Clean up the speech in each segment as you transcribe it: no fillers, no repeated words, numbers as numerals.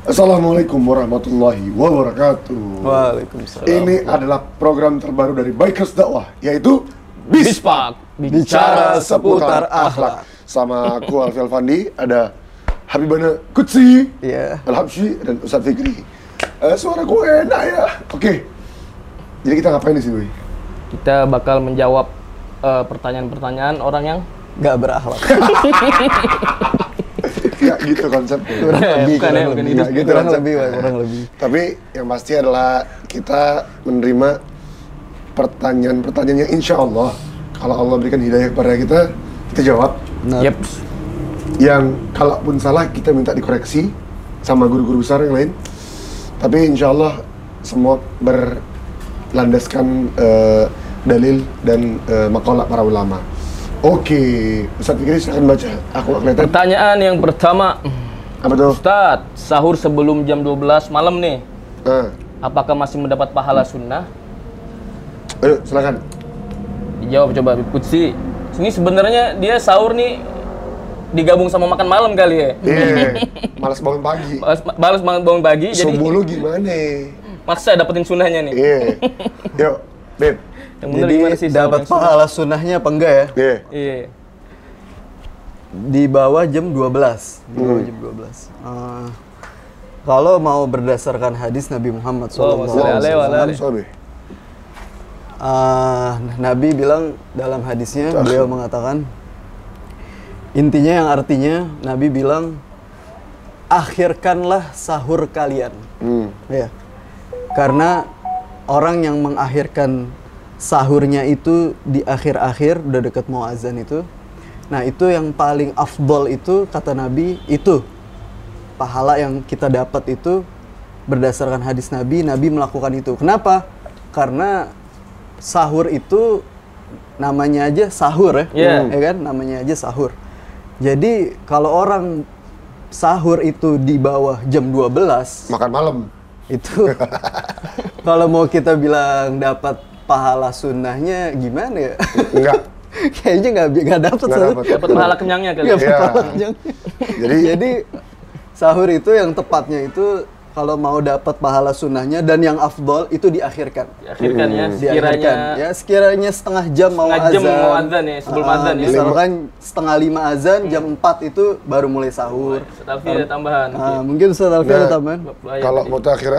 Assalamualaikum warahmatullahi wabarakatuh. Waalaikumsalam. Ini adalah program terbaru dari Bikers Dakwah, yaitu Bispak, bicara seputar akhlak. Sama aku Alfi Alfandi, ada Habibana Kutsi, Iya. Al-Habsyi, dan Ustadz Fikri. Suara gue enak ya. Oke. Jadi kita ngapain di sini, Boy? Kita bakal menjawab pertanyaan-pertanyaan orang yang Gak berakhlak. Gak gitu konsepnya. bukan itu. Nggak gitu kurang konsepnya. lebih. Tapi yang pasti adalah kita menerima pertanyaan-pertanyaan yang insya Allah, kalau Allah berikan hidayah kepada kita jawab. Nah, Yep. Yang kalaupun salah kita minta dikoreksi sama guru-guru besar yang lain. Tapi insya Allah semua berlandaskan dalil dan makalah para ulama. Oke, Ustadz Fikri silahkan baca. Aku nggak kelihatan. Pertanyaan yang pertama, Apa tuh? Ustadz, sahur sebelum jam 12 malam nih, Nah, apakah masih mendapat pahala sunnah? ayo silakan. Dijawab coba Habib Kutsi. Ini sebenarnya dia sahur nih digabung sama makan malam kali ya. Iya, malas bangun pagi. Balas bangun pagi, jadi Subuh lu gimana? maksa dapetin sunnahnya nih. Iya. Yuk, Beb. Yang bener jadi gimana sih sahur dapat yang sunnah? pahala sunnahnya apa enggak ya? Iya. Iya. Di bawah jam 12. Di bawah jam 12. Kalau mau berdasarkan hadis Nabi Muhammad Sallallahu SAW, alaihi wasallam. Sobe. Nabi bilang dalam hadisnya, beliau mengatakan, intinya yang artinya Nabi bilang, akhirkanlah sahur kalian. Ya. Karena orang yang mengakhirkan sahurnya itu di akhir-akhir, udah deket mau azan itu, nah itu yang paling afdol itu, kata Nabi, itu pahala yang kita dapat itu berdasarkan hadis Nabi melakukan itu. Kenapa? Karena sahur itu namanya aja sahur ya, Iya. ya kan? Namanya aja sahur. Jadi kalau orang sahur itu di bawah jam 12 Makan malam. itu kalau mau kita bilang dapat pahala sunnahnya gimana ya? Enggak. Kayaknya nggak dapat. Nggak dapet. Dapat pahala kenyangnya kali. Nggak ya. dapat Iya. pahala kenyangnya. Jadi- Jadi sahur itu yang tepatnya itu kalau mau dapat pahala sunnahnya dan yang afdol itu diakhirkan. Diakhirkan ya, Diakhirkan. sekiranya Ya sekiranya setengah jam mau setengah jam azan. mau azan ya, sebelum azan ya. Misalkan setengah 5 azan, jam 4 itu baru mulai sahur. Ustadz Alfi ada tambahan. Mungkin Ustaz Alfi ada Nah, tambahan? Kalau mau terakhir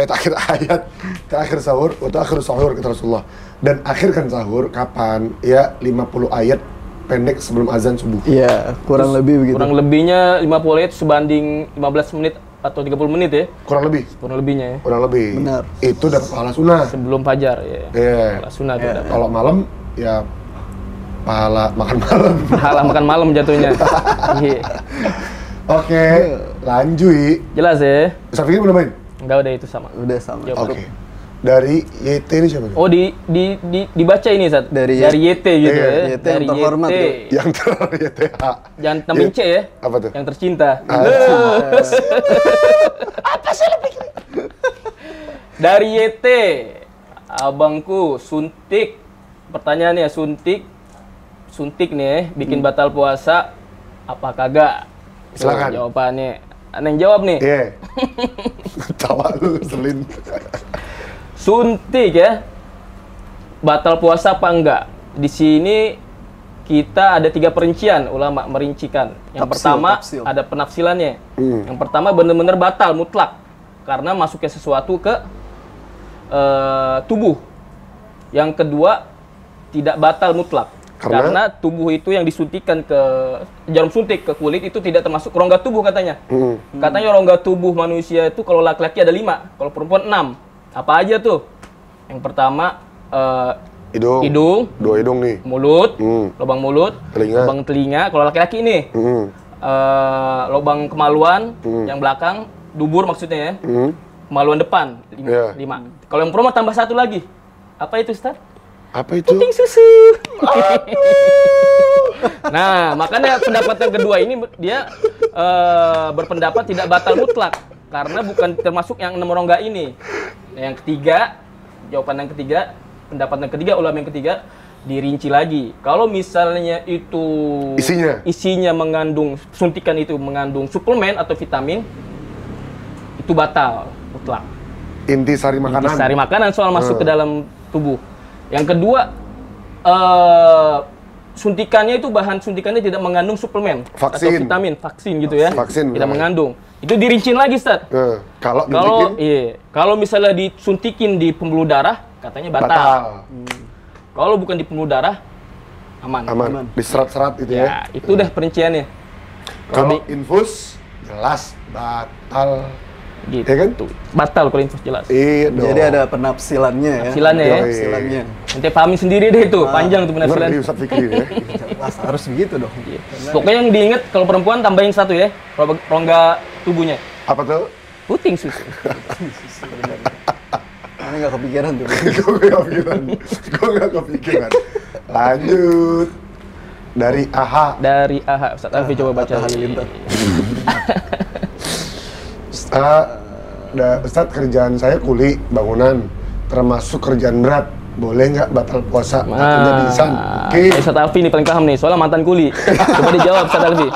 sahur, akhir sahur kata Rasulullah. Dan akhirkan sahur kapan? Ya 50 ayat pendek sebelum azan subuh. Iya, kurang lebih begitu. Kurang lebihnya 50 menit sebanding 15 menit atau 30 menit ya. Kurang lebih. Kurang lebihnya ya. Kurang lebih. Benar. Itu dapat pahala sunnah. Sebelum fajar ya. Iya. Pahala sunnah tuh dapat. Kalau malam ya pahala makan malam. Pahala makan malam jatuhnya. Iya. Oke, lanjut. Jelas ya? Ustadz Fikri udah main? Enggak udah itu sama. Udah sama. Jawab. Oke. Dari YT ini siapa? nih? Oh dibaca ini Sat. Dari YT gitu Iya, ya. YT yang terhormat, YT. tuh. Yang terakhir YTH. Jangan tambahin C ya. Apa tuh? Yang tercinta. Apa sih lu pikir? Dari YT. Abangku suntik. Pertanyaannya suntik nih ya, bikin batal puasa apa kagak? Silakan. Tuh, jawabannya. Ada yang jawab nih. Iya. Tawa lu selin. Suntik ya. Batal puasa apa enggak? Di sini kita ada 3 perincian, ulama merincikan. Yang pertama tafsil. ada penafsilannya. Yang pertama benar-benar batal mutlak karena masuknya sesuatu ke tubuh. Yang kedua tidak batal mutlak karena tubuh itu yang disuntikan ke jarum suntik ke kulit itu tidak termasuk rongga tubuh katanya. Katanya rongga tubuh manusia itu kalau laki-laki ada 5, kalau perempuan 6. Apa aja tuh? Yang pertama hidung, 2 hidung nih. mulut, lubang mulut, Telinga. lubang telinga. Kalau laki-laki ini lubang kemaluan yang belakang, dubur maksudnya ya. Kemaluan depan 5. Iya. Kalau yang perempuan tambah 1 lagi. Apa itu, Ustaz? Apa itu? Puting susu. Nah, makanya pendapat yang kedua ini dia berpendapat tidak batal mutlak karena bukan termasuk yang 6 rongga ini. Nah, yang ketiga, jawaban yang ketiga, pendapat yang ketiga, ulama yang ketiga dirinci lagi. Kalau misalnya itu Isinya mengandung suntikan itu mengandung suplemen atau vitamin, itu batal mutlak. Intisari makanan. Intisari makanan soal masuk ke dalam tubuh. Yang kedua, suntikannya itu bahan suntikannya tidak mengandung suplemen atau Vaksin. vitamin, vaksin gitu ya. Vaksin, Tidak benar. mengandung. Itu dirincin lagi, Ustaz. Kalau Kalau misalnya disuntikin di pembuluh darah, katanya batal. Kalau bukan di pembuluh darah, aman. Diserat-serat gitu ya. Ya, itu udah perinciannya. Kalau infus jelas batal. Gitu. Ya kan? Batal kalau infus jelas. Iya dong. Jadi ada penafsilannya ya. Penafsilannya ya. Penafsilannya. Nanti pahami sendiri deh itu, panjang tuh penafsiran. Ngeri Ustaz Fikri ya. Jelas harus begitu dong. Pokoknya yang diingat kalau perempuan tambahin satu ya, rongga tubuhnya. Apa tuh? Puting susu. Ini nggak kepikiran tuh. Gue nggak kepikiran. Lanjut. Dari AHA. Dari AHA, Ustaz Alfi coba baca lagi. Ustaz, kerjaan saya kuli bangunan, termasuk kerjaan berat. Boleh nggak batal puasa? Takutnya pingsan. Oke. Ustaz Alfi ini paling paham nih, soalnya mantan kuli. Coba dijawab Ustaz Alfi.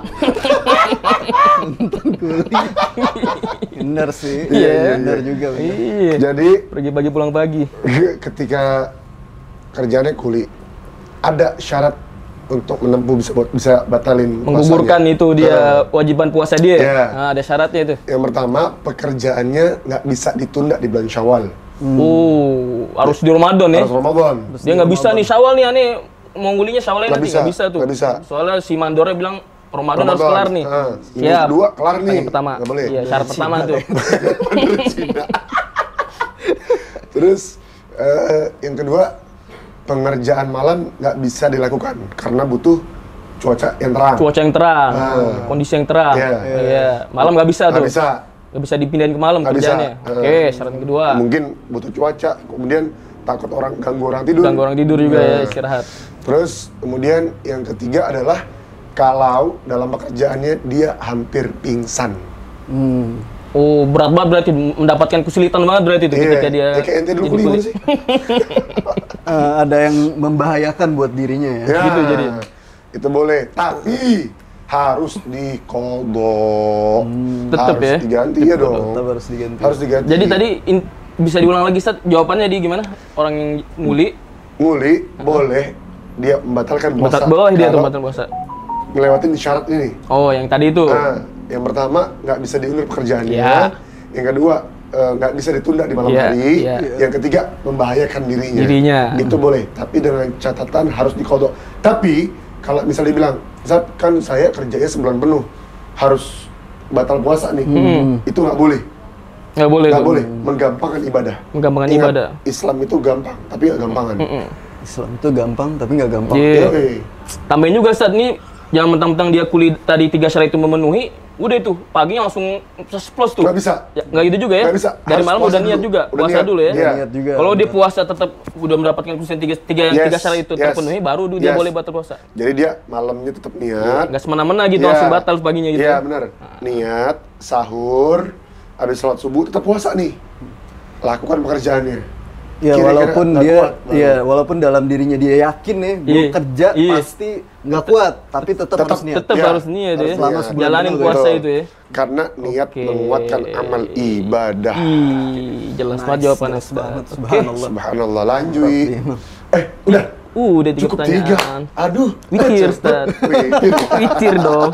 Bener sih. Iya. Bener juga. Iya. Jadi Pergi pagi pulang pagi. ketika kerjaannya kuli, ada syarat untuk menempuh bisa batalin Menggugurkan puasanya. itu dia kewajiban puasa dia. Iya. Nah, ada syaratnya itu. Yang pertama, pekerjaannya nggak bisa ditunda di bulan Syawal. Harus di Ramadan ya. Harus Ramadan. Dia nggak bisa nih Syawal nih aneh mau ngulinya Syawal Nggak nanti bisa, nggak bisa tuh. nggak bisa. Soalnya si mandornya bilang Ramadan harus kelar nih. Minggu kedua kelar nih. Yang pertama. Nggak boleh. Iya, syarat pertama tuh. Menurut Cina. Terus yang kedua, pengerjaan malam nggak bisa dilakukan karena butuh cuaca yang terang. Cuaca yang terang, kondisi yang terang. Iya. Iya. Malam nggak bisa tuh. Nggak bisa. Nggak bisa dipindahin ke malam Nggak kerjaannya. bisa. Oke, syarat yang kedua. Mungkin butuh cuaca, kemudian takut ganggu orang tidur. Ganggu orang tidur juga ya, istirahat. Terus kemudian yang ketiga adalah kalau dalam pekerjaannya dia hampir pingsan. Oh, berat banget berarti, mendapatkan kesulitan banget berarti itu ketika dia Ya, kayak ente dulu jadi kuliah kuli. sih. Ada yang membahayakan buat dirinya ya. Ya, Gitu jadi. itu boleh, tapi harus dikodok. Tetep harus ya? diganti ya dong. Tetap harus diganti. Harus diganti. Jadi tadi bisa diulang lagi Ustaz, jawabannya di gimana? Orang yang nguli nguli boleh dia membatalkan puasa. boleh dia tuh kalau batal puasa. ngelewatin syarat ini. Oh, yang tadi itu. Nah, yang pertama nggak bisa diundur pekerjaannya. Iya. Yang kedua nggak bisa ditunda di malam Iya, hari. iya. Yang ketiga membahayakan dirinya. Itu boleh, tapi dengan catatan harus dikodok. Tapi kalau misalnya dibilang, Zat, kan saya kerjanya sebulan penuh, harus batal puasa nih. Itu nggak boleh. Nggak boleh Nggak tuh. boleh, menggampangkan ibadah. Menggampangkan Ingat, ibadah. Islam itu gampang, tapi nggak gampangan. Islam itu gampang tapi nggak gampang. Iya. Yoi. Tambahin juga Ustaz nih, jangan mentang-mentang dia kuli tadi 3 syarat itu memenuhi, udah itu paginya langsung plus tuh. Nggak bisa. Ya, nggak gitu juga ya? Nggak bisa. Dari Harus malam puasa udah niat dulu. juga, Udah puasa niat. dulu ya. Iya. Niat juga. Kalau dia puasa tetap udah mendapatkan kesulitan tiga syarat itu terpenuhi, baru dia Yes. boleh batal puasa. Jadi dia malamnya tetap niat. Nggak semena-mena gitu Iya. langsung batal paginya gitu. Iya benar. Niat, sahur, habis sholat subuh tetap puasa nih. Lakukan pekerjaannya. Ya Kira-kira walaupun nggak dia, kuat, Bang. ya walaupun dalam dirinya dia yakin nih, gue Iya. kerja Iya. pasti nggak kuat, tapi tetap harus niat. Tetap Iya, harus niat harus ya. selama sebulan Jalanin penuh, puasa Betul. itu ya. Karena niat Oke. menguatkan amal ibadah. Jelas banget jawabannya jelas banget, Ustaz. Oke. subhanallah. Subhanallah, lanjut. Imam. Udah. Udah 3 Cukup pertanyaan. 3. Aduh. Witir, Ustaz. Witir. Witir dong.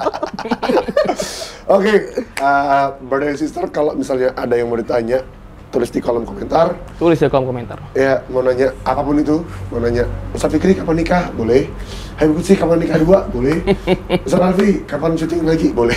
Oke, brother and sister, kalau misalnya ada yang mau ditanya, tulis di kolom komentar. Tulis ya kolom komentar. Ya, mau nanya apapun itu, mau nanya Ustaz Fikri kapan nikah? Boleh. Habib Qudsi kapan nikah 2? Boleh. Ustaz Alfi kapan syuting lagi? Boleh.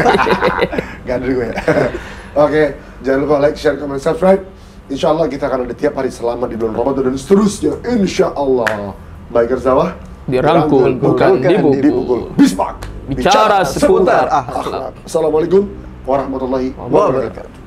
Gak ada gue ya. Oke, jangan lupa like, share, comment, subscribe. Insya Allah kita akan ada tiap hari selama di bulan Ramadan dan seterusnya. Insya Allah. Biker Zawah Dirangkul, bukan dibukul. Bismak. Bicara seputar akhlak. Assalamualaikum warahmatullahi wabarakatuh.